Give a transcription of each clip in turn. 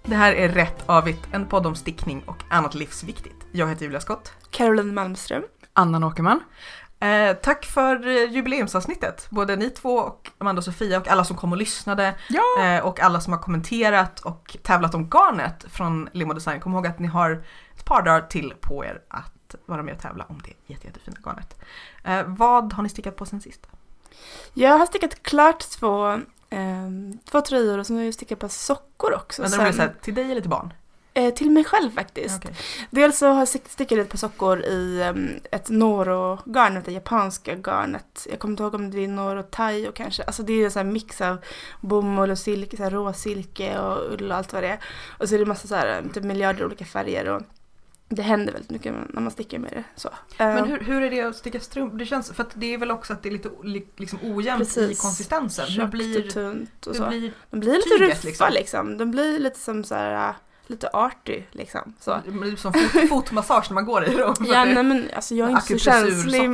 Det här är Rätt Avigt, en podd om stickning och annat livsviktigt. Jag heter Julia Skott. Caroline Malmström. Anna Åkerman. Tack för jubileumsavsnittet. Både ni två och Amanda och Sofia och alla som kom och lyssnade. Ja. Och alla som har kommenterat och tävlat om garnet från Limo Design. Kom ihåg att ni har ett par dagar till på er att vara med och tävla om det jättefina garnet. Vad har ni stickat på sen sist? Jag har stickat klart två tröjor och sen har jag stickat på sockor också. Men det blir så här, till dig eller till barn? Till mig själv faktiskt. Okay. Dels så har jag stickat ett par sockor i ett Noro-garn, det japanska garnet. Jag kommer inte ihåg om det är Noro Tai och kanske. Alltså det är en sån här mix av bomull och silke, så här råsilke och ull och allt vad det är. Och så är det massa så här, typ miljarder olika färger och det händer väldigt mycket när man stickar med det. Så. Men hur är det att sticka strump? Det känns, för att det är väl också att det är lite liksom ojämnt i konsistensen. Tjockt och tunt och så. De blir lite ruffa liksom. De blir lite som så här, lite arty liksom. Så. Det blir som fotmassage när man går i dem. Ja, nej men alltså jag är inte så känslig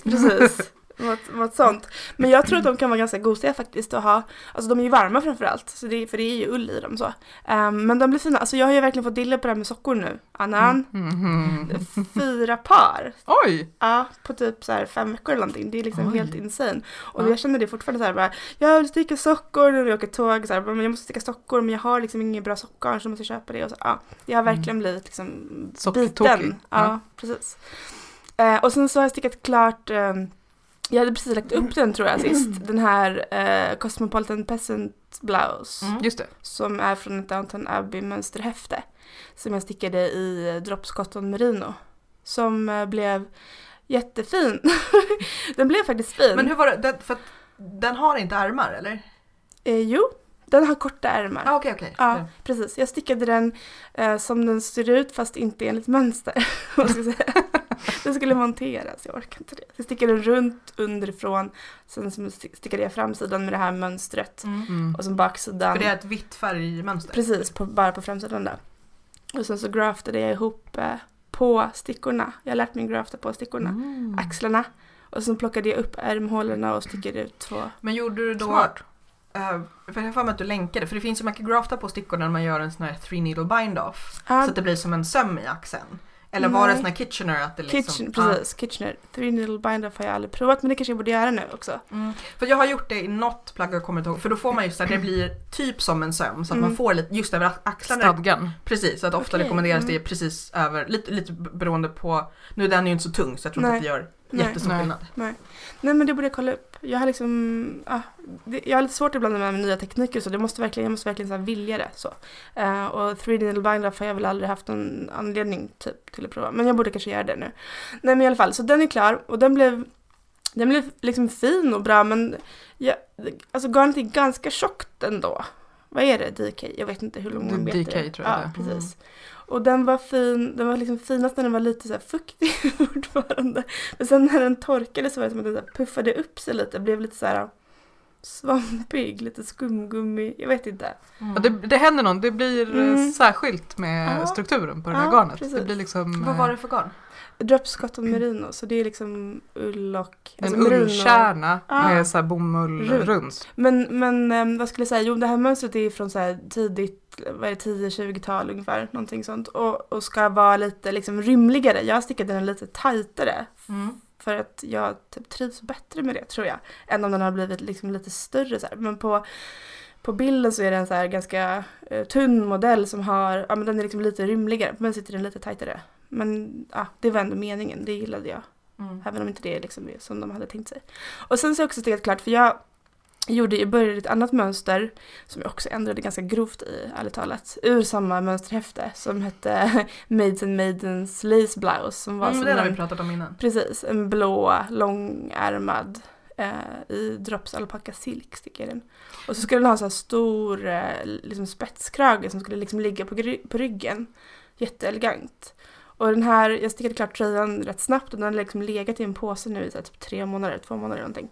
mot sånt. Men jag tror att de kan vara ganska gosiga faktiskt att ha. Alltså de är ju varma framförallt, så för det är ju ull i dem så. Men de blir fina. Alltså jag har ju verkligen fått dilla på det här med sockor nu. Annan. 4 par. Oj! Ja, på typ så här 5 veckor eller någonting. Det är liksom helt insane. Och jag känner det fortfarande så här bara, jag vill sticka sockor när jag åker tåg så här, men jag måste sticka sockor men jag har liksom ingen bra sockor så jag måste köpa det och så. Ja, jag har verkligen blivit liksom biten. Ja, precis. Och sen så har jag stickat klart. Jag hade precis lagt upp den tror jag sist. Den här Cosmopolitan Peasant Blouse. Just det. Som är från ett Downton Abbey mönsterhäfte. Som jag stickade i Drops Cotton Merino. Som blev jättefin. Den blev faktiskt fin. Men hur var det? För den har inte ärmar eller? Jo. Den har korta ärmar. Okej. Ja, precis. Jag stickade den som den ser ut fast inte enligt mönster. Den skulle monteras, jag orkar inte det. Jag stickade den runt underifrån. Sen stickade jag framsidan med det här mönstret. Och sen baksidan. För det är ett vitt färgmönster. Precis, bara på framsidan där. Och sen så graftade jag ihop på stickorna. Jag har lärt mig grafta på stickorna. Axlarna. Och sen plockade jag upp ärmhålorna och stickade ut 2. Men gjorde du då... Smart. För jag får med att du länkade. För det finns ju man kan grafta på stickorna när man gör en sån här 3 needle bind off. Så att det blir som en söm i axeln. Eller var det en sån här Kitchener att det liksom... Precis, Kitchener. 3 needle bind off har jag aldrig provat, men det kanske jag borde göra nu också. För jag har gjort det i något plagg jag kommer inte ihåg. För då får man ju så att det blir typ som en söm. Så att man får lite just över axlarna. Stadgan. Precis, så att ofta rekommenderas det precis över. Lite beroende på... Nu är den ju inte så tung så jag tror inte att det gör jättestor skillnad. Nej, men det borde jag kolla upp. Jag har liksom... jag har lite svårt ibland med nya tekniker så jag måste verkligen så här vilja det. Så. Och 3 needle bind off har jag väl aldrig haft någon anledning typ, till att prova. Men jag borde kanske göra det nu. Nej, men i alla fall. Så den är klar. Och den blev liksom fin och bra. Men alltså garnet är ganska tjockt ändå. Vad är det? DK? Jag vet inte hur lång man vet det. DK tror jag det. Ja, precis. Och den var fin. Den var liksom finast när den var lite så här fuktig fortfarande. Men sen när den torkade så var det som att den puffade upp sig lite. Blev lite så här svampig, lite skumgummi. Jag vet inte. Ja, det händer någon. Det blir särskilt med strukturen på det här garnet. Precis. Det blir liksom... Vad var det för garn? Drops Cotton Merino. Så det är liksom ull och... En ullkärna med så här bomull runt. Men vad skulle jag säga? Jo, det här mönstret är från så här tidigt, 10-20-tal ungefär. Någonting sånt. Och ska vara lite liksom rymligare. Jag stickade den lite tajtare. För att jag typ trivs bättre med det, tror jag. Än om den har blivit liksom lite större så här. Men på bilden så är det en så här ganska tunn modell som har... Ja, men den är liksom lite rymligare. Men sitter den lite tajtare. Men det var ändå meningen. Det gillade jag. Även om inte det är liksom som de hade tänkt sig. Och sen så har jag också stickat klart. För jag började ett annat mönster. Som jag också ändrade ganska grovt i, ärligt talat. Ur samma mönsterhäfte. Som hette Maids and Maidens Lace Blouse. Som var som det har vi pratat om innan. Precis. En blå, långärmad. I Drops alpaka silk sticker den. Och så skulle den ha så här stor liksom spetskrage. Som skulle liksom ligga på ryggen. Jätteelegant. Och den här, jag stickade klart tröjan rätt snabbt och den har liksom legat i en påse nu i så här, typ 2 månader någonting.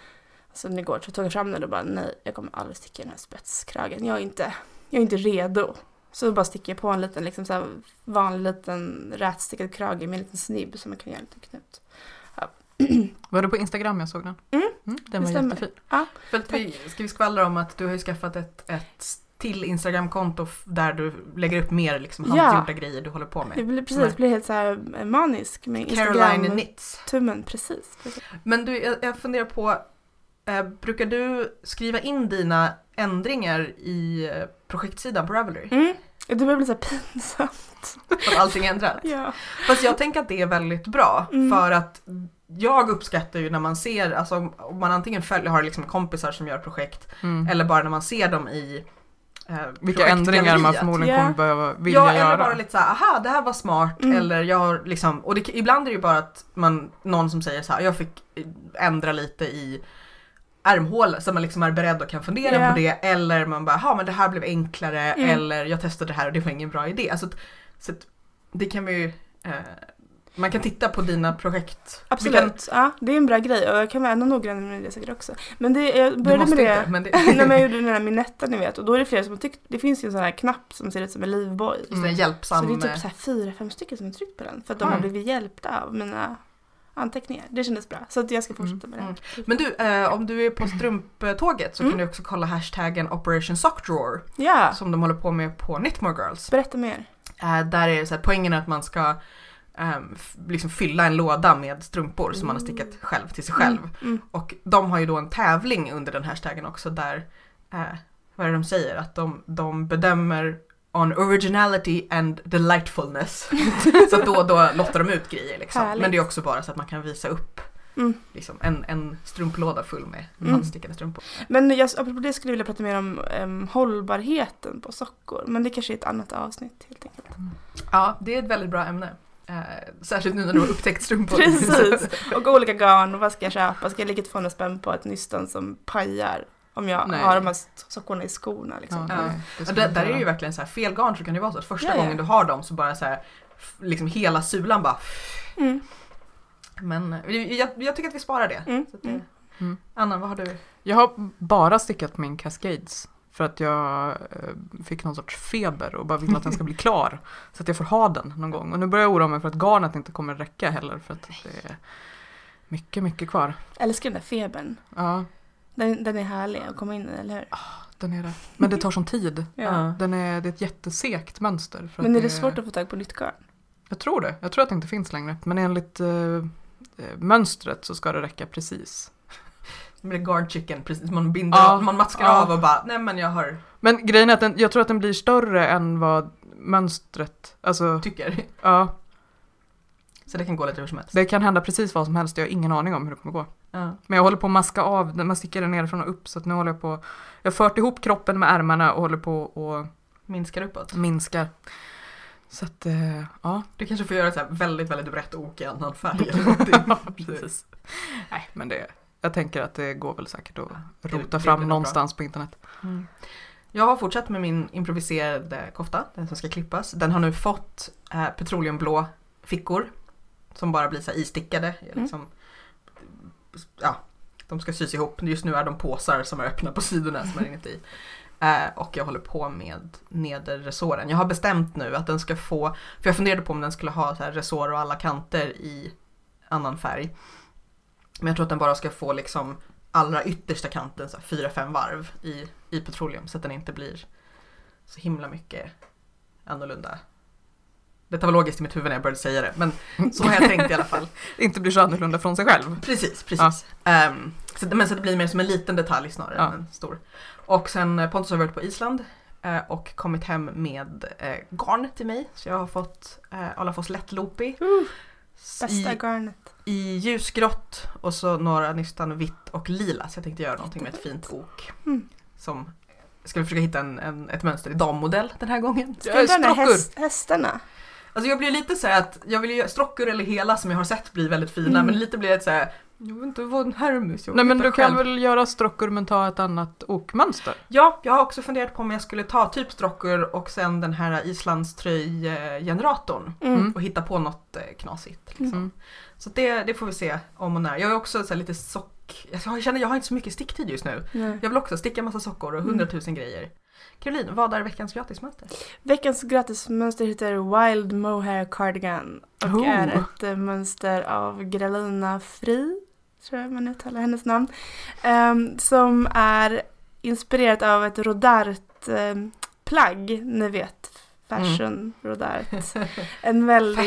Så den igår så tog jag fram den och bara nej, jag kommer aldrig sticka den här spetskragen. Jag är inte redo. Så bara sticker jag på en liten liksom så här vanlig liten rätstickad krage med en liten snibb som man kan göra lite knut. Ja. Var det på Instagram jag såg den? Den var jättefin. Ja, för att ska vi skvallra om att du har ju skaffat ett till Instagram-konto där du lägger upp mer liksom handgjorda grejer du håller på med. Det blir helt så här manisk med Instagram. Caroline Knits. Tummen, precis. Men du, jag funderar på, brukar du skriva in dina ändringar i projektsidan på Ravelry? Det börjar bli så här pinsamt. För att allting ändras. Ja. Fast jag tänker att det är väldigt bra. För att jag uppskattar ju när man ser, alltså om man antingen har liksom kompisar som gör projekt. Eller bara när man ser dem i vilka ändringar man förmodligen kommer behöva vilja göra. Ja, eller bara lite så här, aha, det här var smart. Eller jag har liksom, och ibland är det ju bara att någon som säger så här, jag fick ändra lite i ärmhål så man liksom är beredd och kan fundera på det. Eller man bara, men det här blev enklare. Eller jag testade det här och det var ingen bra idé. Alltså, så att det kan vi ju... man kan titta på dina projekt. Absolut, ja, det är en bra grej och jag kan vara ännu noggrannare med det säkert också. Men jag började med det, inte, men det... när jag gjorde den här minetta ni vet, och då är det flera som har tyckt, det finns ju en sån här knapp som ser ut som en livboj. Just det, hjälpsam. Så det är typ så här 4-5 stycken som har tryckt på den för att de har blivit hjälpta av mina anteckningar. Det kändes bra, så att jag ska fortsätta med det. Men du, om du är på strumptåget så kan du också kolla hashtaggen Operation Sock Drawer. Ja. Som de håller på med på Knitmore Girls. Berätta mer. Där är det så här, poängen är att man ska liksom fylla en låda med strumpor som man har stickat själv till sig själv. Och de har ju då en tävling under den hashtaggen också där, vad är det de säger? Att de bedömer on originality and delightfulness. Så att då lottar de ut grejer liksom. Men det är också bara så att man kan visa upp liksom, en strumplåda full med handstickade strumpor. Men apropå det skulle jag vilja prata mer om hållbarheten på sockor. Men det kanske är ett annat avsnitt helt enkelt. Ja, det är ett väldigt bra ämne. Särskilt nu när du har upptäckt strumpor. Precis, och olika garn och vad ska jag köpa? Ska jag lägga 200 spänn på ett nystan som pajar om jag har de här sockorna i skorna liksom. Där är det ju verkligen så här, fel garn så kan det vara så att första gången du har dem så bara så här, liksom hela sulan bara men jag tycker att vi sparar det. Så att Anna, vad har du? Jag har bara stickat min Cascades för att jag fick någon sorts feber och bara vill att den ska bli klar så att jag får ha den någon gång. Och nu börjar jag oroa mig för att garnet inte kommer räcka heller för att det är mycket, mycket kvar. Jag älskar den där febern. Ja. Den är härlig att komma in i, eller hur? Den är det. Men det tar sån tid. Ja. Det är ett jättesekt mönster. Men är det svårt att få tag på nytt garn? Jag tror det. Jag tror att det inte finns längre. Men enligt mönstret så ska det räcka precis. Med garn chicken, precis. Man binder man maskar av och bara, nej men jag har... Men grejen är att jag tror att den blir större än vad mönstret tycker. Ja. Så det kan gå lite hur som helst. Det kan hända precis vad som helst. Jag har ingen aning om hur det kommer gå. Ja. Men jag håller på att maska av. Man stickar den nerifrån och upp. Så att nu håller jag på... Jag har fört ihop kroppen med ärmarna och håller på och... Minskar uppåt. Minskar. Så att, ja. Du kanske får göra ett så här väldigt, väldigt brett ok i annan färg. Precis. Nej, men jag tänker att det går väl säkert att rota fram någonstans på internet. Jag har fortsatt med min improviserade kofta, den som ska klippas. Den har nu fått petroleumblå fickor som bara blir så här istickade. Liksom, de ska sys ihop. Just nu är de påsar som är öppna på sidorna som är inuti. Och jag håller på med nederresåren. Jag har bestämt nu att den ska få, för jag funderade på om den skulle ha så här resår och alla kanter i annan färg. Men jag tror att den bara ska få liksom allra yttersta kanten, så 4-5 varv i petroleum, så att den inte blir så himla mycket annorlunda. Det var logiskt i mitt huvud när jag började säga det, men så har jag tänkt i alla fall. Inte blir så annorlunda från sig själv. Precis. Så det blir mer som en liten detalj snarare än en stor. Och sen Pontus har varit på Island och kommit hem med garn till mig. Så jag har fått Alafos lättloopy. Bästa garnet. I ljusgrått och så några nystan vitt och lila. Så jag tänkte göra någonting med ett fint ok. Som ska vi försöka hitta ett mönster i dammodell den här gången. Ska du den här hästarna? Alltså jag blir lite så här att jag vill ju strockor eller hela som jag har sett blir väldigt fina, men lite blir det så här, jag vet inte vad en Hermes. Nej, men du kan väl göra strockor men ta ett annat okmönster? Ja, jag har också funderat på om jag skulle ta typ strockor och sen den här islandströj-generatorn och hitta på något knasigt. Liksom. Så det får vi se om och när. Jag är också så här lite jag känner jag har inte så mycket sticktid just nu. Nej. Jag vill också sticka massa sockor och 100 000 grejer. Caroline, vad är veckans gratismönster? Veckans gratismönster heter Wild Mohair Cardigan och är ett mönster av Gralina Fri, tror jag man uttalar hennes namn, som är inspirerat av ett Rodart plagg, ni vet. Fashion Rodart. En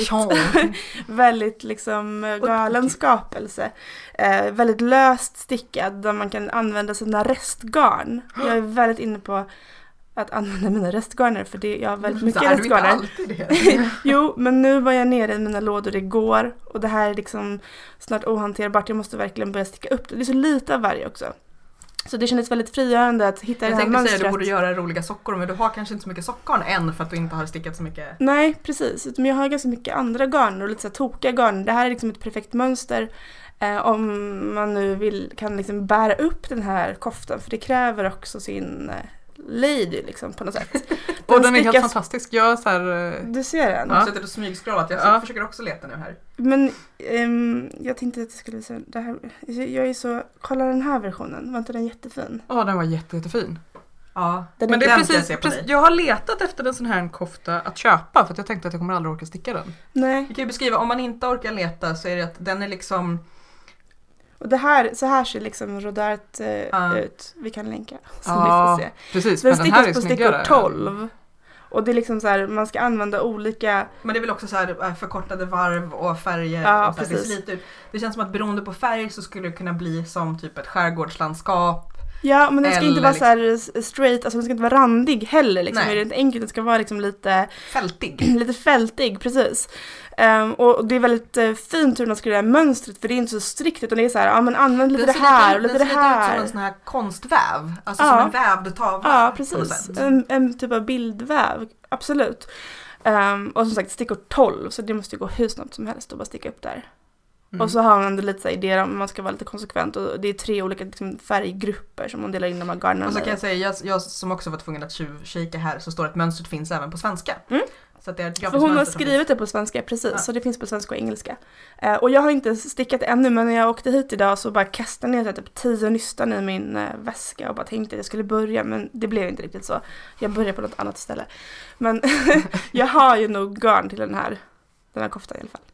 väldigt liksom galen skapelse. Väldigt löst stickad där man kan använda sina restgarn. Jag är väldigt inne på att använda mina restgarner för jag har väldigt mycket restgarner. Jo, men nu var jag nere i mina lådor igår och det här är liksom snart ohanterbart. Jag måste verkligen börja sticka upp det. Det är så lite av varje också. Så det kändes väldigt frigörande att hitta det här mönstret. Jag tänkte säga att du borde göra roliga sockor, men du har kanske inte så mycket sockgarn än för att du inte har stickat så mycket. Nej, precis. Men jag har ganska mycket andra garn och lite så här tokiga garn. Det här är liksom ett perfekt mönster om man nu kan liksom bära upp den här koftan. För det kräver också sin lady liksom på något sätt. Och den är helt fantastisk. Jag så här, du ser den. Jag har suttit och smygscrollat. Jag försöker också leta nu här. Men jag tänkte att jag skulle säga det här. Jag är så, kolla den här versionen. Var inte den jättefin? Ja, den var jättefin. Ja, men det är precis jag har letat efter en sån här kofta att köpa för att jag tänkte att jag kommer aldrig orka sticka den. Nej. Vi kan ju beskriva, om man inte orkar leta så är det att den är liksom. Och så här ser liksom Rodart ut. Vi kan länka så ni får se. Precis, den men den här är på snyggare. stickor 12. Och det är liksom så här, man ska använda olika. Men det är väl också så här förkortade varv och färger. Ja, och så här, precis. Det känns som att beroende på färg så skulle det kunna bli som typ ett skärgårdslandskap. Ja, men den ska inte vara så här straight, alltså den ska inte vara randig heller liksom. Det är inte enkelt, den ska vara liksom lite fältig. Lite fältig, precis. Och det är väldigt fint hur de ska göra mönstret, för det är inte så strikt utan det är så här, ja men använd lite det här och lite det här. Det ser ut som en sån här konstväv, alltså som en vävd tavla. Ja, precis. En typ av bildväv, absolut. Och som sagt, stickor 12, så det måste ju gå hur snabbt som helst att bara sticka upp där. Och så har man ändå lite så idéer om man ska vara lite konsekvent och det är 3 olika liksom, färggrupper som man delar in de här garnerna. Och så kan jag säga, jag som också var tvungen att tjuvkika här så står att mönstret finns även på svenska. Så att det är ett för hon har skrivit det på svenska, precis, så det finns på svenska och engelska. Och jag har inte stickat ännu, men när jag åkte hit idag så bara kastade ner typ 10 nystan i min väska och bara tänkte att jag skulle börja, men det blev inte riktigt så. Jag började på något annat ställe. Men jag har ju nog garn till den här koftan i alla fall.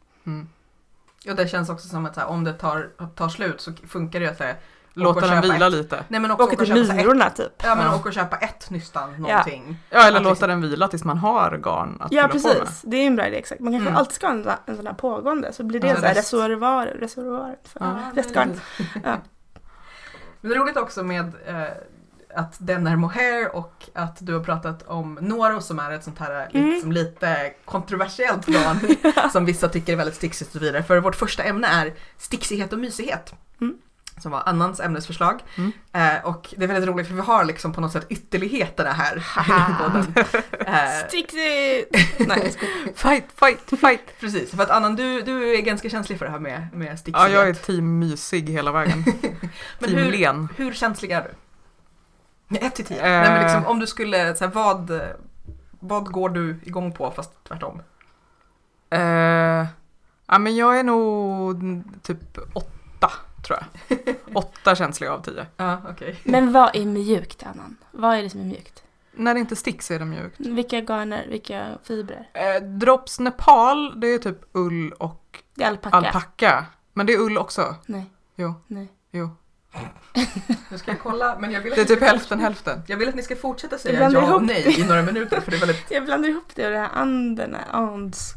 Och det känns också som att så här, om det tar slut så funkar det ju att säga, låta den vila lite. Nej, men också åka till Myrorna typ. Ja, men åka och köpa ett nystan någonting. Ja, eller låta den vila tills man har garn att fylla precis. På med. Det är en bra idé, exakt. Man kanske alltid ska ha en sån här pågående, så blir det så här reservoar för restgarn. Men det är roligt också med att den är mohair och att du har pratat om Noro som är ett sånt här liksom lite kontroversiellt garn som vissa tycker är väldigt sticksigt och så vidare. För vårt första ämne är sticksighet och mysighet. Som var Annans ämnesförslag. Och det är väldigt roligt för vi har liksom på något sätt ytterligheterna här. Sticksigt! Nej, fight! Precis, för att Annan, du är ganska känslig för det här med sticksighet. Ja, jag är team mysig hela vägen. Men team len. Hur känslig är du? 1 till 10. Nej, men liksom, om du skulle, så här, vad går du igång på fast tvärtom? Ja, men jag är nog typ 8 tror jag. 8 känsliga av 10. Ja, okej. Men vad är mjukt, Annan? Vad är det som är mjukt? När det inte sticks är det mjukt. Vilka garner, vilka fibrer? Drops Nepal, det är typ ull och det är alpacka. Men det är ull också. Nej. Jo. Nu ska jag kolla, men jag vill att det är typ hälften. Jag vill att ni ska fortsätta säga ja och nej i några minuter för det är väldigt. Jag blandar ihop det och det här Andes.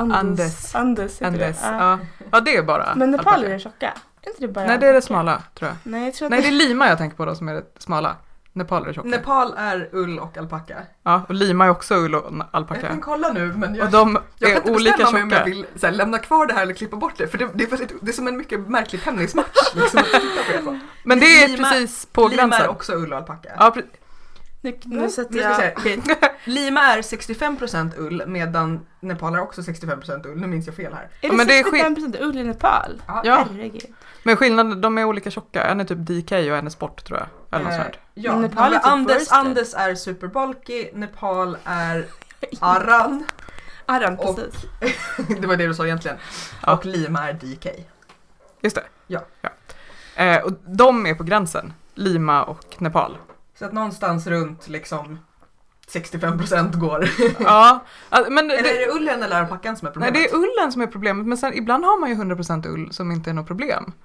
Ja, det är bara. Men Nepal är det tjocka. Är inte det bara? Nej, det är det smala, tror jag. Nej, det är Lima jag tänker på då som är det smala. Nepal är det tjocka. Nepal är ull och alpacka. Ja, och Lima är också ull och alpacka. Jag kan kolla nu, men jag kan inte olika bestämma mig om jag vill så här, lämna kvar det här eller klippa bort det. För det är som en mycket märklig tennismatch. Liksom, att titta på. Men det är precis på gränsen. Lima är också ull och alpacka. Ja, nu sätter jag. Lima är 65% ull medan Nepal är också 65% ull. Nu minns jag fel här. Är det 65% ull i Nepal? Ja. Herregud. Men skillnaden, de är olika tjocka. En är typ DK och en är sport tror jag. Eller något ja, Nepal är typ Andes är super bulky, Nepal är Aran. Aran, precis. Det var det du sa egentligen. Ja. Och Lima är DK. Just det. Ja. Och de är på gränsen. Lima och Nepal. Så att någonstans runt liksom 65% går. Ja. Men eller är det ullen eller alpackan som är problemet? Nej, det är ullen som är problemet. Men sen ibland har man ju 100% ull som inte är något problem.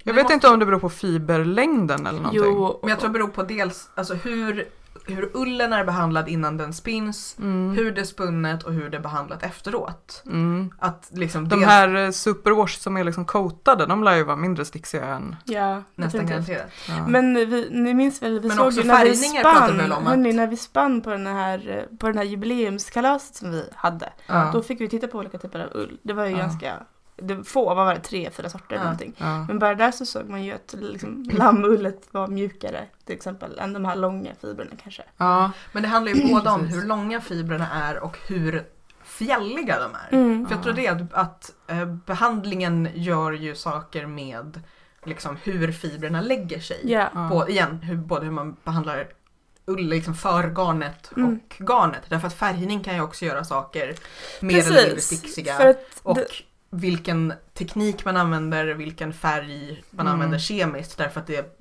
Jag vet inte om det beror på fiberlängden eller någonting. Jo, Men jag tror det beror på dels alltså hur ullen är behandlad innan den spins, hur det är spunnet och hur det är behandlat efteråt. Att liksom De här superwash som är liksom coatade, de lär ju vara mindre sticksiga än nästan garanterat. Ja. Men ni minns väl, vi Men såg också ju när vi färgningar pratar vi väl om spann, när vi spann på den här jubileumskalaset som vi hade. Ja. Då fick vi titta på olika typer av ull. Det var ju ganska, vad var det, 3-4 sorter eller någonting. Ja. Men bara där så såg man ju att liksom, lammullet var mjukare till exempel än de här långa fibrerna kanske. Ja. Men det handlar ju både om hur långa fibrerna är och hur fjälliga de är. För jag tror det att behandlingen gör ju saker med liksom hur fibrerna lägger sig. Ja. På, igen, både hur man behandlar ull liksom för garnet och garnet. Därför att färgning kan ju också göra saker mer eller mindre sticksiga. För att och vilken teknik man använder, vilken färg man använder kemiskt. Därför att det,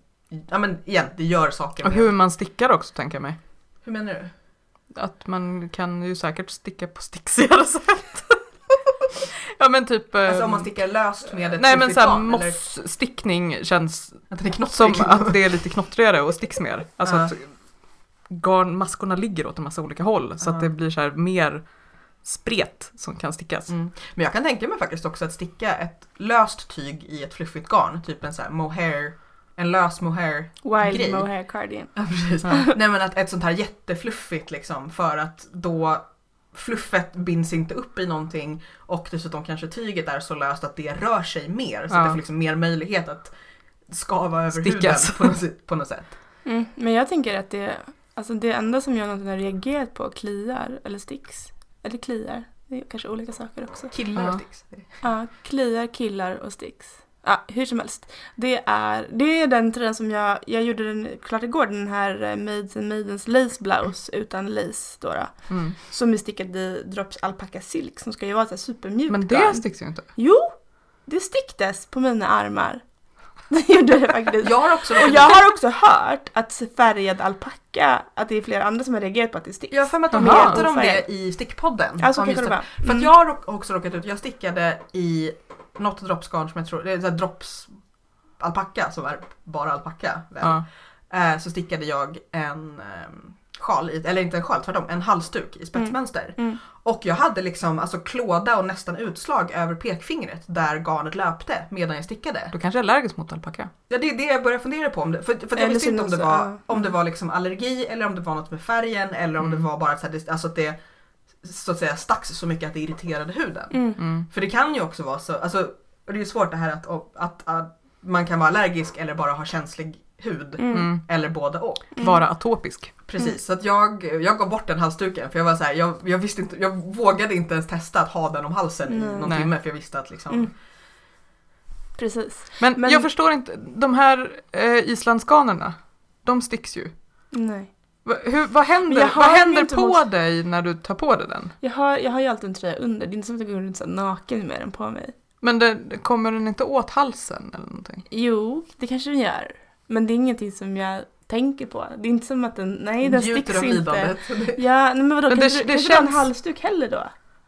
det gör saker. Och hur man stickar också, tänker jag mig. Hur menar du? Att man kan ju säkert sticka på sticksigare sätt. Ja men typ... Alltså om man stickar löst med ett nej men såhär garn, mossstickning känns att det är som att det är lite knottrigare och sticks mer. Alltså att garnmaskorna ligger åt en massa olika håll. Så att det blir så här mer spret som kan stickas. Men jag kan tänka mig faktiskt också att sticka ett löst tyg i ett fluffigt garn. Typ en så här mohair, en lös mohair Wild grej. mohair cardigan. Ja, precis. Nej men att ett sånt här jättefluffigt liksom, för att då fluffet binds inte upp i någonting och dessutom kanske tyget är så löst att det rör sig mer så att det får liksom mer möjlighet att skava över stickas huden på något sätt. Men jag tänker att det enda som jag någonsin har reagerat på kliar eller sticks eller kliar, det är kanske olika saker också. Killar och sticks. Ja, kliar, killar och sticks. Ja, hur som helst. Det är den tröjan som jag gjorde den klart igår, den här Maids and Maidens lace blouse utan lace då. Som är stickad i Drops alpaca silk som ska ju vara så här supermjukt. Men det sticks ju inte. Jo, det sticktes på mina armar. Det gjorde det faktiskt. Jag har också hört att färgad alpacka, att det är flera andra som har reagerat på att det sticks. Jag har för mig att de pratar om det i stickpodden. Alltså, för att jag har också råkat ut, jag stickade i något droppsgarn som jag tror, det är så här drops alpacka som är bara alpacka väl. Så stickade jag en sjal, eller inte en sjal, tvärtom, en halsduk i spetsmönster. Och jag hade liksom alltså klåda och nästan utslag över pekfingret där garnet löpte medan jag stickade. Du kanske är allergisk mot alpacka? Ja, det är det jag börjar fundera på. För jag visste inte om det var liksom allergi eller om det var något med färgen eller om det var bara alltså att det så att säga stacks så mycket att det irriterade huden. För det kan ju också vara så, alltså det är ju svårt det här att man kan vara allergisk eller bara ha känslig hud eller både och. Vara atopisk. Precis, så att jag gav bort den halsduken för jag var så här, jag visste inte, jag vågade inte ens testa att ha den om halsen i någon timme för jag visste att liksom Precis. Men jag förstår inte, de här islandsgarnerna, de sticks ju. Nej. Vad händer på dig när du tar på dig den? Jag har ju alltid en tröja under. Det är inte som att jag går runt så naken med den på mig. Men kommer den inte åt halsen eller någonting? Jo, det kanske den gör. Men det är ingenting som jag tänker på. Det är inte som att den sticks inte. Ja, men vadå? Det känns en halsduk heller då?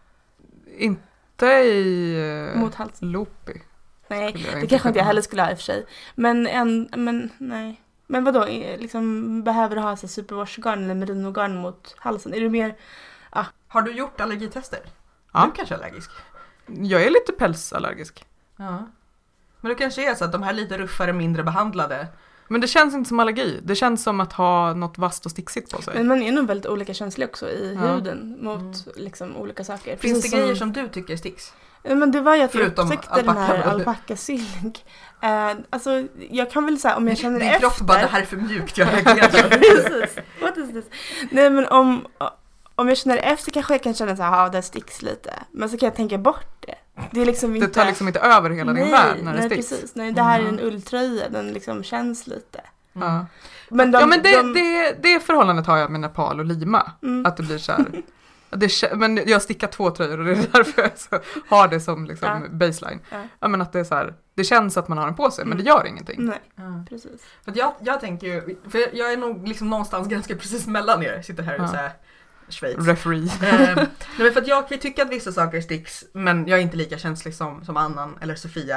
Inte i mot halsen. Loopy. Nej, det kanske inte jag heller skulle ha i och för sig. Men nej. Men vadå, liksom, behöver du ha så superwash-garn eller merino-garn mot halsen? Är du mer... Har du gjort allergitester? Ja. Du kanske är allergisk? Jag är lite pälsallergisk. Ja. Men det kanske är så att de här lite ruffare, mindre behandlade... Men det känns inte som allergi. Det känns som att ha något vasst och sticksigt på sig. Men man är nog väldigt olika känslig också i huden mot liksom, olika saker. Finns det grejer som du tycker sticks? Men det var ju att jag förutom upptäckte den här alpacka silk. Alltså, jag kan väl säga om jag känner efter... Din kropp bara, det här är för mjukt, jag reagerar. Precis. What is this? Nej, men om jag känner efter kanske jag kan känna så här, det sticks lite. Men så kan jag tänka bort det. Det är liksom inte... Det tar liksom inte över hela din värld när det sticks. Precis. Nej, det här är en ulltröja. Den liksom känns lite. Ja. Men det förhållandet har jag med Nepal och Lima. Att det blir så här... men jag stickar 2 tröjor och det är därför jag har det som liksom baseline. Ja, men att det är så här, det känns att man har den på sig men det gör ingenting. Nej, precis. För jag tänker ju, för jag är nog liksom någonstans ganska precis mellan er, sitter här och så här Schweiz. Referee. Nej, men för att jag kan tycka att vissa saker sticks men jag är inte lika känslig som Annan eller Sofia.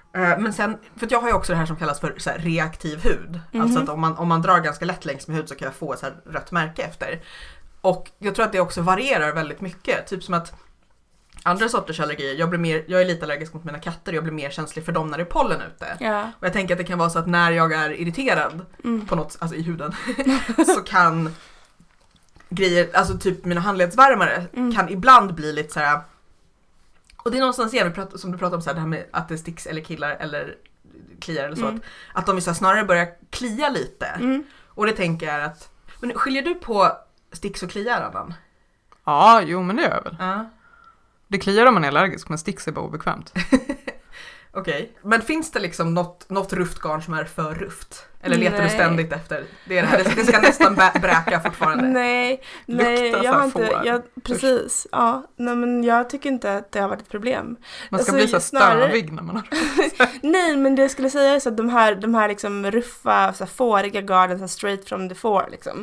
Men sen, för att jag har ju också det här som kallas för så här, reaktiv hud. Alltså att om man drar ganska lätt längs med hud så kan jag få ett så här rött märke efter. Och jag tror att det också varierar väldigt mycket. Typ som att andra sorters allergier, jag är lite allergisk mot mina katter, jag blir mer känslig för dem när det är pollen ute. Ja. Och jag tänker att det kan vara så att när jag är irriterad på något, alltså i huden, så kan grejer, alltså typ mina handledsvärmare kan ibland bli lite så här. Och det är någonstans igen, som du pratar om så här, det här med att det sticks eller killar eller kliar eller så, att de så här, snarare börjar klia lite. Och det tänker jag att, men skiljer du på sticks och kliar, Annan? Ja, jo men det gör jag väl. Ja. Det kliar om man är allergisk, men sticks är bara obekvämt. Okej. Men finns det liksom något ruftgarn som är för ruft? Eller letar du ständigt efter? Det är det här, det ska nästan bräka fortfarande. Nej, jag har inte, precis, ja, nej men jag tycker inte att det har varit ett problem. Man ska bli så stövig när man har Nej, men det skulle säga är så att de här liksom ruffa, så här fåriga garden, så här straight from the fore liksom.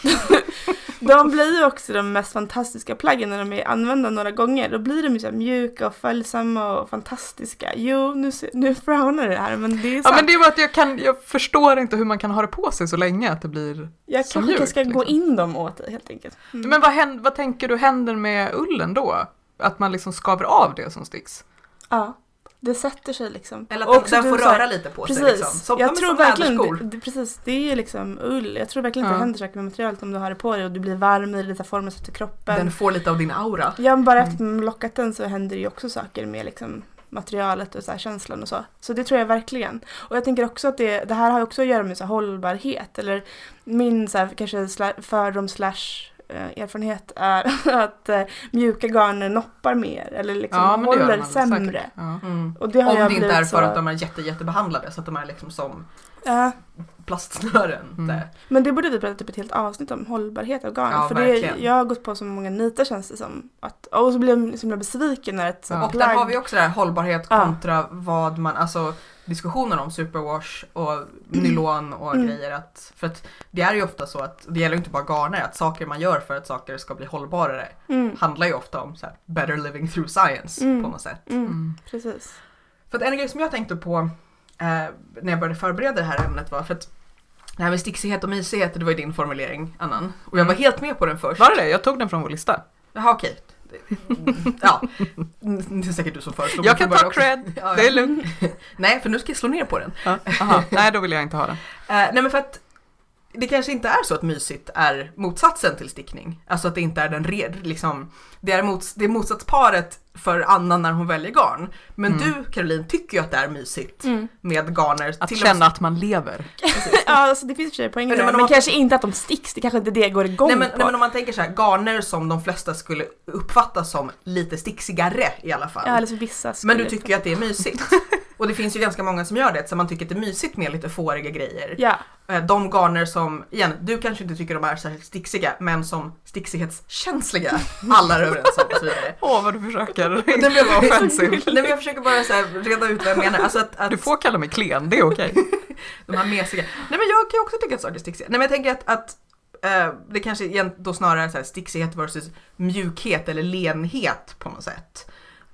De blir ju också de mest fantastiska plaggen när de är använda några gånger. Då blir de ju så här mjuka och följsamma och fantastiska. Jo, nu frownar det här, men det är sant. Ja, men det är bara att jag förstår inte hur man kan ha det på sig så länge att det blir jag så kanske mjukt, ska gå in dem åt det helt enkelt. Men vad tänker du händer med ullen då? Att man liksom skaver av det som sticks? Ja, det sätter sig liksom. Eller att den får röra lite på sig liksom. Som, jag tror verkligen precis. Det är liksom ull. Jag tror verkligen att det händer saker med materialet om du har det på dig och du blir varm i lite former sätter kroppen. Den får lite av din aura. Ja, men bara efter att man lockat den så händer det ju också saker med liksom materialet och så här känslan och så. Så det tror jag verkligen. Och jag tänker också att det här har också att göra med så här hållbarhet. Eller min så här, kanske fördom erfarenhet är att mjuka garner noppar mer eller liksom håller sämre. Ja. Och det har om jag det inte är för så att de är jättebehandlade så att de är liksom som plastsnören. Men det borde vi prata typ ett helt avsnitt om hållbarhet av garn. Ja, för jag har gått på så många nitar känns det som. Och så blir jag liksom besviken när ett och där har vi också det här hållbarhet kontra vad man, alltså diskussioner om superwash och nylon och grejer. För att det är ju ofta så att, det gäller ju inte bara garner, att saker man gör för att saker ska bli hållbarare handlar ju ofta om så här, better living through science på något sätt. Precis. För att en grej som jag tänkte på när jag började förbereda det här ämnet var för att det här med sticksighet och mysighet, det var ju din formulering, Annan. Och jag var helt med på den först. Var det? Jag tog den från vår lista. Jaha, okej. Ja, det är säkert du som föreslår. Jag kan ta cred, det är lugnt. Nej, för nu ska jag slå ner på den. Aha. Nej, då vill jag inte ha den. Nej, men för att det kanske inte är så att mysigt är motsatsen till stickning. Alltså att det inte är liksom, det är motsatsparet för Anna när hon väljer garn. Men du, Caroline, tycker ju att det är mysigt med garner. Att känna att man lever. Ja, alltså det finns för sig poänger men kanske inte att de sticks. Det kanske inte det går igång på. Nej, men om man tänker så här, garner som de flesta skulle uppfatta som lite sticksigare i alla fall. Ja, eller så vissa. Men du tycker ju att det är mysigt. Och det finns ju ganska många som gör det, så man tycker att det är mysigt med lite fåriga grejer. Ja. De garner som, igen, du kanske inte tycker de är särskilt sticksiga, men som sticksighetsskänsliga, alla är överens om och så vidare. Vad du försöker. Det blir bara offensiv. Nej, men jag försöker bara så här, reda ut vad jag menar. Alltså att du får kalla mig klen, det är okej. De här mesiga. Nej, men jag kan ju också tycka att saker är sticksiga. Nej, men jag tänker att det kanske igen då snarare så här sticksighet versus mjukhet eller lenhet på något sätt.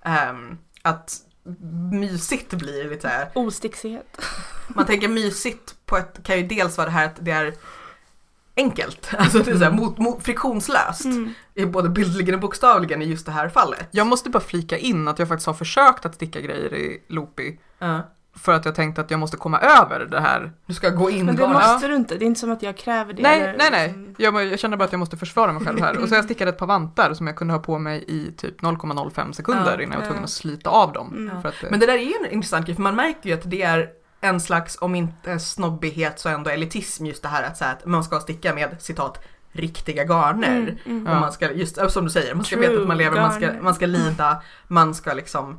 Att mysigt blir lite så här. Osticksighet. Man tänker mysigt på kan ju dels vara det här att det är enkelt. Alltså det är så här friktionslöst. I både bildligen och bokstavligen i just det här fallet. Jag måste bara flika in att jag faktiskt har försökt att sticka grejer i Loopy. För att jag tänkte att jag måste komma över det här. Du ska gå in. Men det måste du inte. Det är inte som att jag kräver det. Nej. Jag känner bara att jag måste försvara mig själv här. Och så jag stickade ett par vantar som jag kunde ha på mig i typ 0,05 sekunder innan jag var tvungen att slita av dem. För att men det där är ju en intressant grej, för man märker ju att det är en slags, om inte snobbighet så ändå elitism, just det här att, så här, att man ska sticka med, citat, riktiga garner. Och man ska, just som du säger, man ska veta att man lever, man ska lida, man ska liksom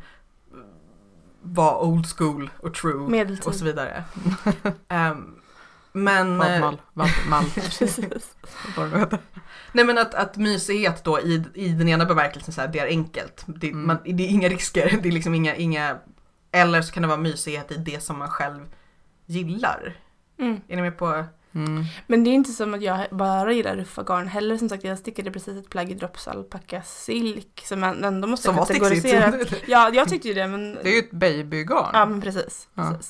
vara old school och true medeltid och så vidare. Men Mal. Precis. Nej, men att mysighet då i den ena bemärkelsen så här, det är enkelt. Det är inga risker, det är liksom inga eller så kan det vara mysighet i det som man själv gillar. Är ni med på? Men det är inte som att jag bara gillar ruffa garn heller. Som sagt, jag stickade precis ett plagg i Drops Alpaca Silk som man ändå måste kategorisera. Ja, jag tyckte ju det. Men... Det är ju ett babygarn. Ja, men precis.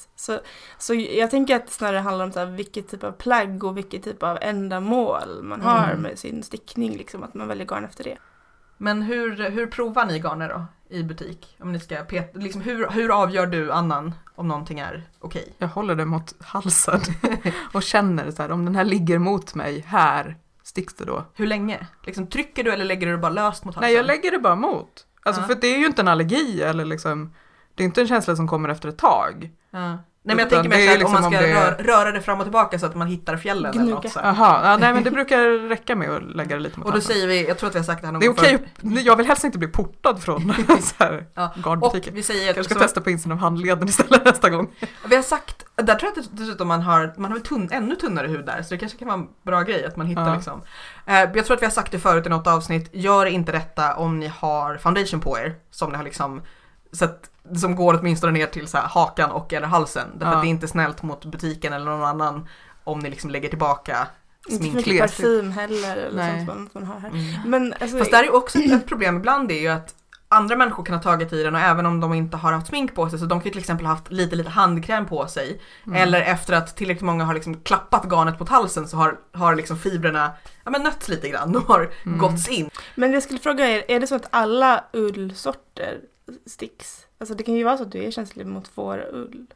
Så jag tänker att det snarare handlar om så här, vilket typ av plagg och vilket typ av ändamål man har med sin stickning. Liksom, att man väljer garn efter det. Men hur provar ni garner då i butik? Om ni ska liksom, hur avgör du, Annan, om någonting är okej? Jag håller det mot halsen och känner så här, om den här ligger mot mig här, sticks det då. Hur länge? Liksom, trycker du eller lägger du det bara löst mot halsen? Nej, jag lägger det bara mot. Alltså för det är ju inte en allergi eller liksom, det är inte en känsla som kommer efter ett tag. Ja. Nej, men jag tänker mig att liksom om man ska röra det fram och tillbaka så att man hittar fjällen eller något så. Jaha, nej men det brukar räcka med att lägga det lite mot och då säger vi, jag tror att vi har sagt det här någon gång. Det är okej, jag vill helst inte bli portad från så här garnbutiken. Och vi säger att jag ska testa på insidan av handleden istället nästa gång. Vi har sagt, där tror jag att dessutom man har ännu tunnare hud där, så det kanske kan vara en bra grej att man hittar liksom. Jag tror att vi har sagt det förut i något avsnitt, gör inte detta om ni har foundation på er, som ni har liksom så att som går åtminstone ner till så här hakan och eller halsen. Därför att det är inte snällt mot butiken eller någon annan om ni liksom lägger tillbaka sminklet. Inte parfym heller eller sånt man har här. Men, alltså, fast det är ju också ett problem ibland, är ju att andra människor kan ha tagit i den och även om de inte har haft smink på sig, så de kan till exempel ha haft lite handkräm på sig. Eller efter att tillräckligt många har liksom klappat garnet på halsen så har liksom fibrerna nötts lite grann. De har gått in. Men jag skulle fråga är det så att alla ullsorter sticks? Alltså det kan ju vara så att du är känslig mot fårull.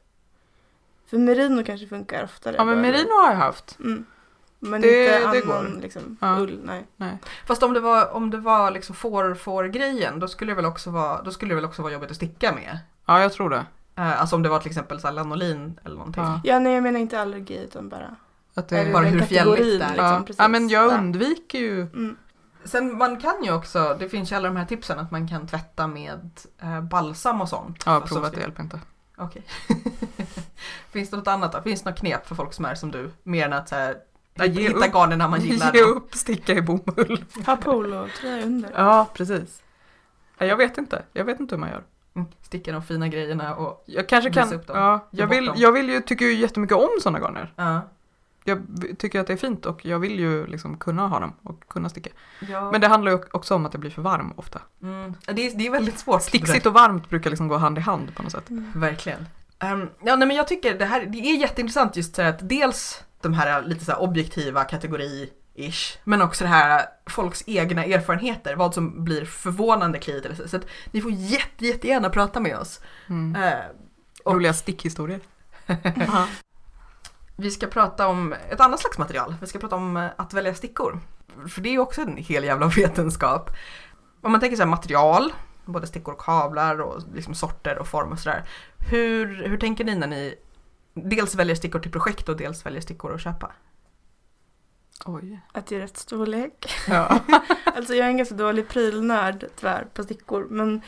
För merino kanske funkar oftare. Ja, men merino har jag haft. Men inte annan liksom, ull, nej. Fast om det var liksom får-grejen, då skulle det väl också vara jobbigt att sticka med. Ja, jag tror det. Alltså om det var till exempel så här lanolin eller någonting. Ja, nej, jag menar inte allergi utan bara att det är bara hur fjälligt det är liksom. Ja, men jag undviker ju. Sen man kan ju också, det finns ju alla de här tipsen att man kan tvätta med balsam och sånt. Ja, jag har provat, det hjälper inte. Okej. Finns det något annat då? Finns det något knep för folk som är som du? Mer än att så här, hitta garnerna man gillar. Ge upp, sticka i bomull. Ha polo, tror jag under. Ja, precis. Jag vet inte hur man gör. Sticka de fina grejerna och jag kanske kan upp dem. Ja, jag tycker ju jättemycket om sådana garner. Ja. Jag tycker att det är fint och jag vill ju liksom kunna ha dem och kunna sticka. Ja. Men det handlar ju också om att det blir för varm ofta. Det är väldigt svårt. Sticksigt och varmt brukar liksom gå hand i hand på något sätt. Verkligen. Men jag tycker det är jätteintressant just så att dels de här lite så här objektiva kategori-ish, men också det här folks egna erfarenheter, vad som blir förvånande kliniskt. Så att ni får jättegärna prata med oss. Roliga stickhistorier. Vi ska prata om ett annat slags material. Vi ska prata om att välja stickor. För det är ju också en hel jävla vetenskap. Om man tänker så här material, både stickor och kablar och liksom sorter och form och sådär. Hur tänker ni när ni dels väljer stickor till projekt och dels väljer stickor att köpa? Oj. Att det är rätt storlek. Ja. Alltså jag är en ganska dålig prylnörd tyvärr på stickor. Men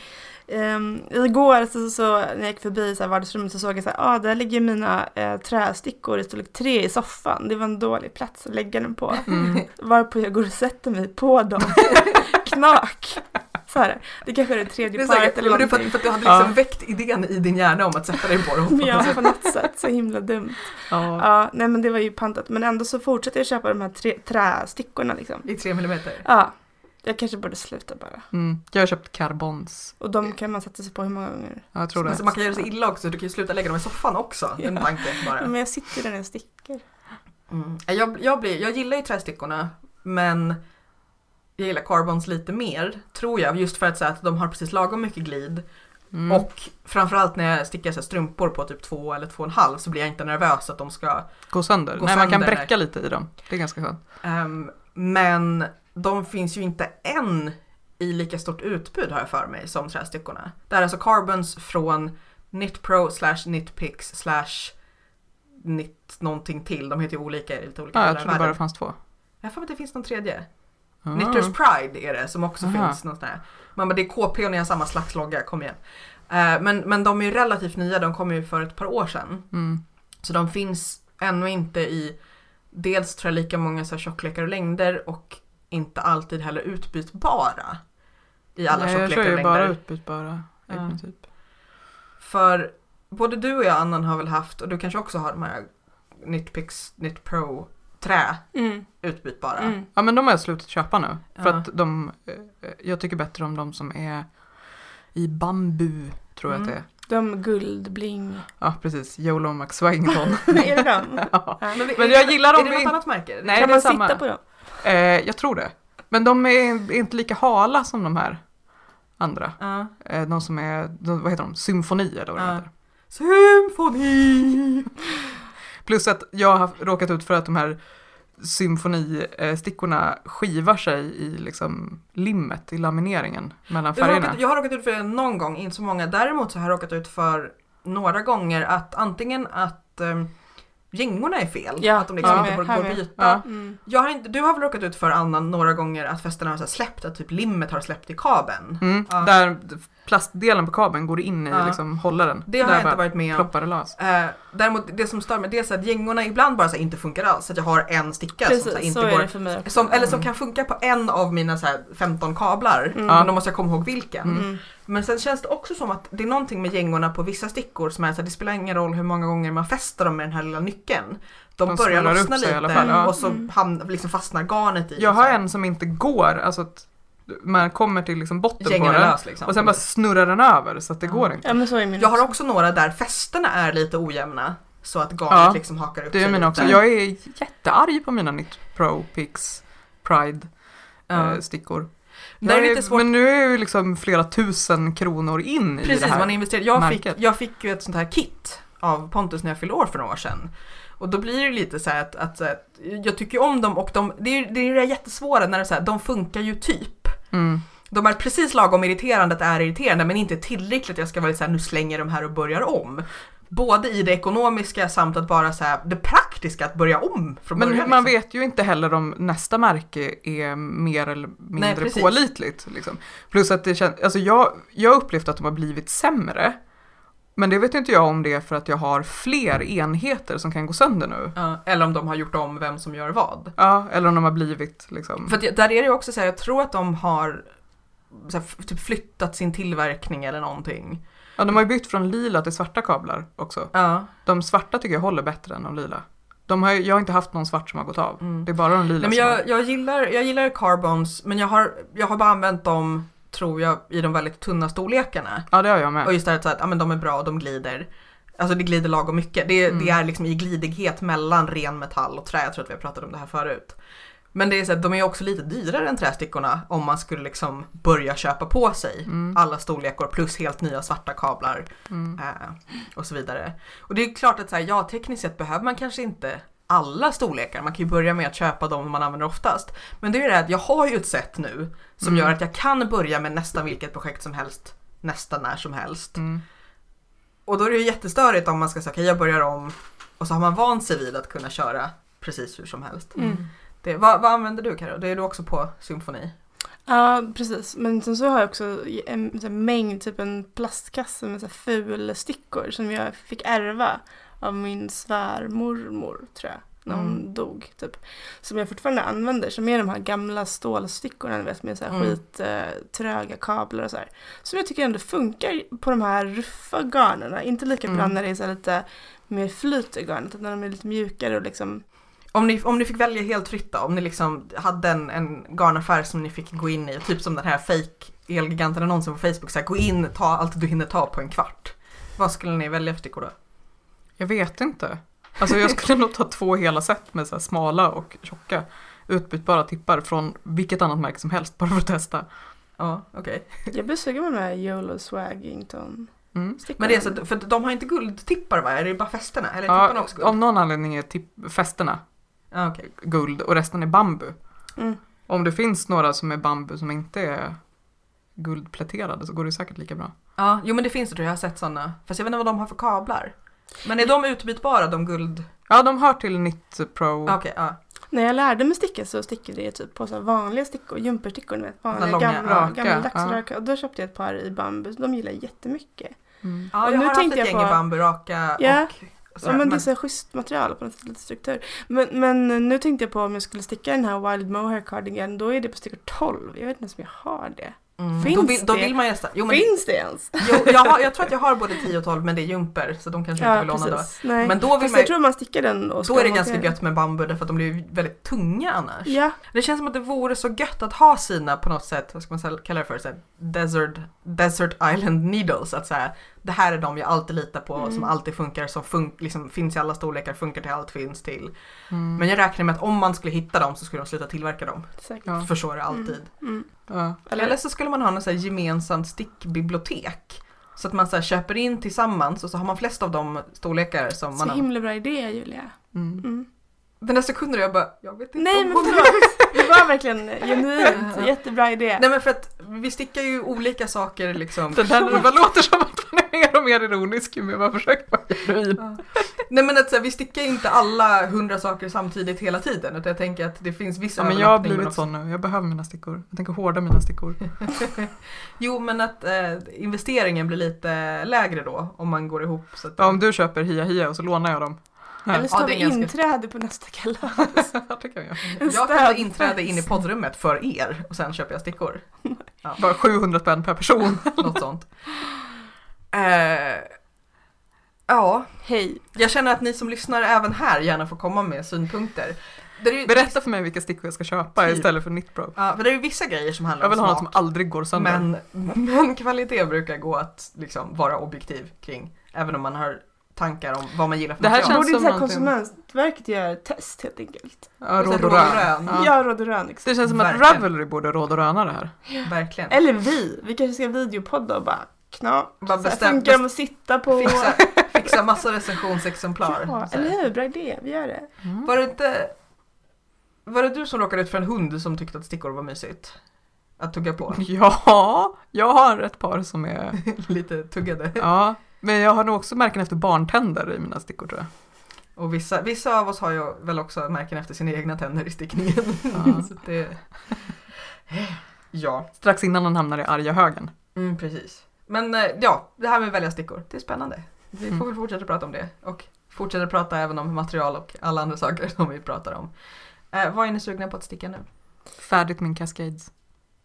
igår så när jag gick förbi så här vardagsrummet så såg jag så här, där ligger mina trästickor i storlek 3 i soffan. Det var en dålig plats att lägga den på. Varpå jag går och sätter mig på dem. Knak. Så här, det kanske är det tredje paret eller någonting. För att du hade liksom väckt idén i din hjärna om att sätta dig på dem. Ja, på något sätt. Så himla dumt. Ja, nej men det var ju pantat. Men ändå så fortsätter jag köpa de här trästickorna liksom. I 3 mm? Ja. Jag kanske borde sluta bara. Jag har köpt carbons. Och de kan man sätta sig på hur många gånger? Ja, jag tror det. Alltså man kan göra sig illa också. Du kan ju sluta lägga dem i soffan också. En tanke bara. Men jag sitter där när jag stickar. Jag gillar ju trästickorna. Men jag gillar carbons lite mer, tror jag. Just för att, så att de har precis lagom mycket glid. Och framförallt när jag stickar så här, strumpor på typ 2 eller 2,5 så blir jag inte nervös att de ska gå sönder. Nej, man kan bräcka lite i dem. Det är ganska skönt. Men de finns ju inte än i lika stort utbud har jag för mig som trästickorna. Det är alltså carbons från KnitPro/KnitPicks/ Knit någonting till. De heter ju olika i lite olika jag tror det bara fanns 2. Jag får att det finns någon tredje. Knitters Pride är det som också finns något där. Men det är KP och ni har samma slags logga, kom igen. Men de är ju relativt nya, de kom ju för ett par år sedan. Så de finns ännu inte i dels tror jag lika många så här tjocklekar och längder och inte alltid heller utbytbara i alla tjocklekar och längder. Jag tror ju bara utbytbara i princip. För både du och jag, Annan, har väl haft, och du kanske också har de här KnitPicks, KnitPro trä utbytbara. Ja, men de har jag slutat köpa nu. För att jag tycker bättre om de som är i bambu, tror jag att det är. De guldbling. Ja, precis. YOLO Max Wellington. Är det de? Ja. Men jag gillar dem. Är det något annat märke? Nej, kan det är man samma. sitta på dem? Jag tror det. Men de är inte lika hala som de här andra. De som är, vad heter de? Symfoni eller vad det heter. Symfoni! Plus att jag har råkat ut för att de här symfonistickorna skivar sig i liksom limmet, i lamineringen mellan färgerna. Jag har råkat ut för det någon gång, inte så många. Däremot så har jag råkat ut för några gånger att antingen att gängorna är fel, att de liksom inte går att byta. Du har väl råkat ut för Annan några gånger att fästena har så här släppt, att typ limmet har släppt i kabeln. Där plastdelen på kabeln går in i liksom hållaren. Det har där jag inte varit med om. Däremot det som stör mig, det är så att gängorna ibland bara så här inte funkar alls. Så att jag har en sticka som så här inte går, som kan funka på en av mina så här 15 kablar. Men då måste jag komma ihåg vilken. Men sen känns det också som att det är någonting med gängorna på vissa stickor som är så att det spelar ingen roll hur många gånger man fäster dem med den här lilla nyckeln. De börjar lossna lite och så liksom fastnar garnet i. Jag har en som inte går, alltså att man kommer till liksom botten på den liksom. Och sen bara snurrar den över så att det går inte. Ja, men så är min jag har också några där fästena är lite ojämna så att garnet liksom hakar upp det är sig mina också. Jag är jättearg på mina Knit Pro Pix Pride stickor. Men nu är ju liksom flera tusen kronor in i det här. Man investerar. Jag fick ju ett sånt här kit av Pontus när jag fyllde år för några år sedan. Och då blir det lite så här att jag tycker om dem och det är det jättesvåra när det är så här, de funkar ju typ. De är precis lagom irriterande att det är irriterande men inte tillräckligt att jag ska vara lite så här, nu slänger de här och börjar om. Både i det ekonomiska samt att bara så här, det praktiska att börja om från början. Men man vet ju inte heller om nästa märke är mer eller mindre pålitligt. Liksom. Plus att det känns, alltså jag upplevt att de har blivit sämre. Men det vet inte jag om det är för att jag har fler enheter som kan gå sönder nu. Eller om de har gjort om vem som gör vad. Ja, eller om de har blivit liksom. För där är det också så här, jag tror att de har så här, typ flyttat sin tillverkning eller någonting. Ja, de har ju bytt från lila till svarta kablar också. Ja. De svarta tycker jag håller bättre än de lila. Jag har inte haft någon svart som har gått av. Det är bara de lila. Nej, men jag gillar carbons, men jag har bara använt dem, tror jag, i de väldigt tunna storlekarna. Ja, det har jag med. Och just det att men de är bra och de glider. Alltså det glider lagom mycket. Det är liksom i glidighet mellan ren metall och trä. Jag tror att vi har pratat om det här förut. Men det är så att de är också lite dyrare än trästickorna om man skulle liksom börja köpa på sig alla storlekar plus helt nya svarta kablar och så vidare. Och det är klart att så här, tekniskt sett behöver man kanske inte alla storlekar. Man kan ju börja med att köpa dem man använder oftast. Men det är ju det att jag har ju ett sätt nu som gör att jag kan börja med nästan vilket projekt som helst nästan när som helst. Och då är det ju jättestörigt om man ska säga jag börjar om och så har man vant sig vid att kunna köra precis hur som helst. Vad använder du, Karo? Det är du också på symfoni. Ja, precis. Men sen så har jag också en mängd, typ en plastkasse med så här fula stickor som jag fick ärva av min svärmormor, tror jag, när hon dog, typ. Som jag fortfarande använder, som är de här gamla stålstickorna, ni vet, med så här skittröga kablar och så här. Som jag tycker ändå funkar på de här ruffa garnerna. Inte lika bra när det är så här lite mer flyt i garnet, utan när de är lite mjukare och liksom. Om ni fick välja helt fritt då, om ni liksom hade en garnaffär som ni fick gå in i, typ som den här fake Elgiganten annonsen på Facebook, så här, gå in, ta allt du hinner ta på en kvart. Vad skulle ni välja för stickor då? Jag vet inte. Alltså jag skulle nog ta 2 hela set med så här smala och tjocka utbytbara tippar från vilket annat märke som helst bara för att testa. Ja, okej. Jag blir sugen med de här YOLO Swaggington. Men det är så, för de har inte guldtippar, va? Är det bara fästerna? Eller tipparna också guld? Av någon anledning är fästerna guld och resten är bambu. Om det finns några som är bambu som inte är guldpläterade så går det säkert lika bra. Ja, jo men det finns det, tror jag har sett sådana. Fast jag vet inte vad de har för kablar. Men är de utbytbara, de guld? Ja, de hör till Knit Pro. Okej, ja. När jag lärde mig sticka så stickade jag typ på så vanliga stickor, jumperstickor, ni vet, vanliga gammaldags raka. Och då köpte jag ett par i bambu, de gillar jättemycket. Ja, och jag har haft ett gäng i bambu, raka och så. Ja, men det är så schysst material på något sätt, lite struktur. Men nu tänkte jag på om jag skulle sticka den här Wild Mohair cardigan, då är det på stickor 12. Jag vet inte ens om jag har det. Då vill man nästan. Finns det ens? Jo, jag tror att jag har både 10 och 12, men det är jumper så de kanske inte vill låna då. Nej. Men då vill jag tror man stickar den och då är det ganska gött med bambu för att de blir väldigt tunga annars. Ja. Det känns som att det vore så gött att ha sina på något sätt, vad ska man kalla det för, så här, desert island needles, att säga det här är de jag alltid litar på, som alltid funkar, som liksom finns i alla storlekar, funkar till allt finns till. Men jag räknar med att om man skulle hitta dem så skulle de sluta tillverka dem. Säkert. För så är det alltid. Ja. Eller så skulle man ha en så här gemensamt stickbibliotek. Så att man så här köper in tillsammans och så har man flest av de storlekar som man har. Så himla bra idé, Julia. Den där sekunden jag bara, jag vet inte. Nej, men förlåt. Det var verkligen genuint. Jättebra idé. Nej, men för att vi stickar ju olika saker liksom. Det där bara låter som att man är mer och mer ironisk ju mer man försöker vara genuin. Nej, men att så här, vi stickar ju inte alla 100 saker samtidigt hela tiden, utan jag tänker att det finns vissa men jag har blivit sån nu. Jag behöver mina stickor. Jag tänker hårda mina stickor. Jo, men att investeringen blir lite lägre då om man går ihop. Så att, om du köper hia och så lånar jag dem. Eller så tar vi inträde på nästa kalas. Det kan jag. Jag kan ta inträde in i poddrummet för er och sen köper jag stickor. Ja. Bara 700 spänn per person. Något sånt. Ja. Hej. Jag känner att ni som lyssnar även här gärna får komma med synpunkter. Berätta för mig vilka stickor jag ska köpa istället för Knitbro. Ja, för det är ju vissa grejer som handlar om smak. Jag vill ha något som aldrig går sönder. Men kvalitet brukar gå att liksom vara objektiv kring. Även om man har tankar om vad man gillar för material. material. Borde inte Konsumentverket göra test helt enkelt? Ja, råd och rön. Ja, råd och rön. Exakt. Det känns som att Ravelry borde råd och röna det här. Ja. Verkligen. Eller vi kanske ska videopodda och bara funkar de att sitta på. Fixa massa recensionsexemplar. Ja, eller hur? Bra idé, vi gör det. Var det du som råkade ut för en hund som tyckte att stickor var mysigt? Att tugga på? Ja, jag har ett par som är lite tuggade. Ja, men jag har nog också märken efter barntänder i mina stickor, tror jag. Och vissa av oss har ju väl också märken efter sina egna tänder i stickningen. Ja. Så det... Ja. Strax innan den hamnar i arga högen. Precis. Men ja, det här med att välja stickor, det är spännande. Vi får väl fortsätta prata om det. Och fortsätta prata även om material och alla andra saker som vi pratar om. Vad är ni sugna på att sticka nu? Färdigt min Cascades.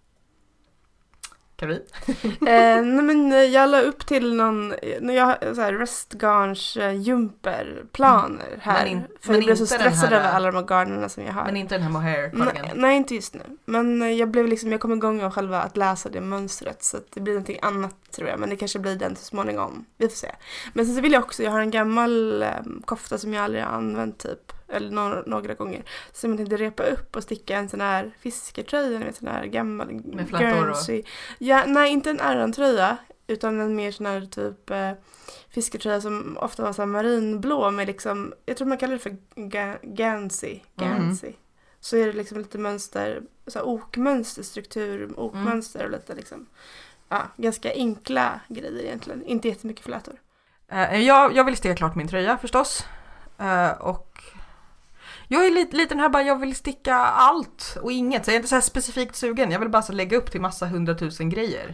Karin? Nej, men jag la upp till någon, när jag har så här restgarns jumperplaner här. För jag blev så stressad över alla de här garnerna som jag har. Men inte den här mohair? Nej, inte just nu. Men jag kom igång av själva att läsa det mönstret. Så att det blir någonting annat, tror jag. Men det kanske blir den så småningom. Vi får se. Men sen så vill jag också, jag har en gammal kofta som jag aldrig har använt typ. Eller några gånger. Så jag tänkte repa upp och sticka en sån här fisketröja, en sån här gammal med flätor och... Ja, nej, inte en ärrantröja utan en mer sån här typ fisketröja som ofta var så här marinblå med liksom, jag tror man kallar det för gansy. Så är det liksom lite mönster, så här okmönster, struktur, okmönster och lite liksom, ja, ganska enkla grejer egentligen. Inte jättemycket flätor. Jag vill sticka klart min tröja förstås. Och jag är lite den här bara, jag vill sticka allt och inget. Så jag är inte så här specifikt sugen. Jag vill bara så lägga upp till massa 100 000 grejer.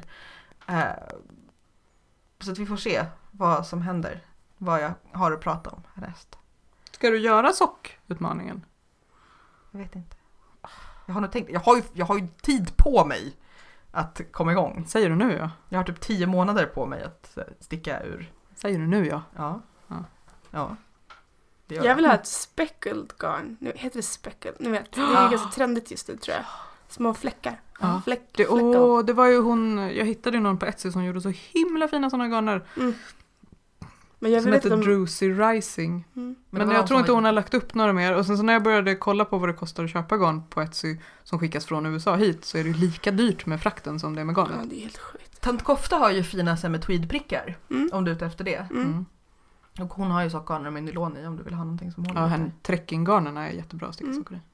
Så att vi får se vad som händer. Vad jag har att prata om härnäst. Ska du göra sockutmaningen? Jag vet inte. Jag har nog tänkt, jag har ju tid på mig att komma igång. Säger du nu, ja? Jag har typ 10 månader på mig att sticka ur. Säger du nu, ja? Ja. Jag vill ha ett speckled garn. Nu heter det speckled. Nu vet. Det är ganska trendigt just nu, tror jag. Små fläckar. Ja. Det var ju jag hittade ju någon på Etsy som gjorde så himla fina sådana garner. Men jag som heter Druzy Rising. Men jag tror inte hon har lagt upp några mer. Och sen så när jag började kolla på vad det kostar att köpa garn på Etsy som skickas från USA hit, så är det ju lika dyrt med frakten som det är med garnet. Ja, det är helt sjukt. Tant Kofta har ju fina med tweedprickar. Om du är ute efter det. Och hon har ju sockgarner med nylon i om du vill ha någonting som håller. Ja, trekkingarnerna är jättebra att sticka socker i.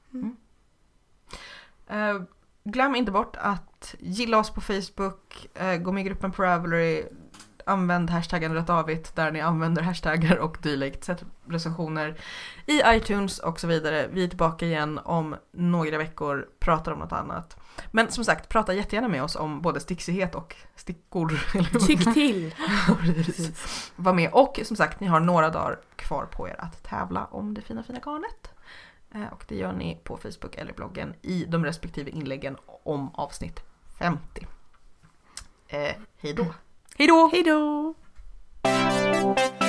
Glöm inte bort att gilla oss på Facebook, gå med i gruppen på Ravelry, använd hashtaggen rättavigt där ni använder hashtaggar och dylikt, sätt recensioner i iTunes och så vidare. Vi är tillbaka igen om några veckor, pratar om något annat. Men som sagt, prata jättegärna med oss om både sticksighet och stickor. Tyck till! Var med. Och som sagt, ni har några dagar kvar på er att tävla om det fina garnet. Och det gör ni på Facebook eller bloggen i de respektive inläggen om avsnitt 50. Hej då! Hej då! Hej då!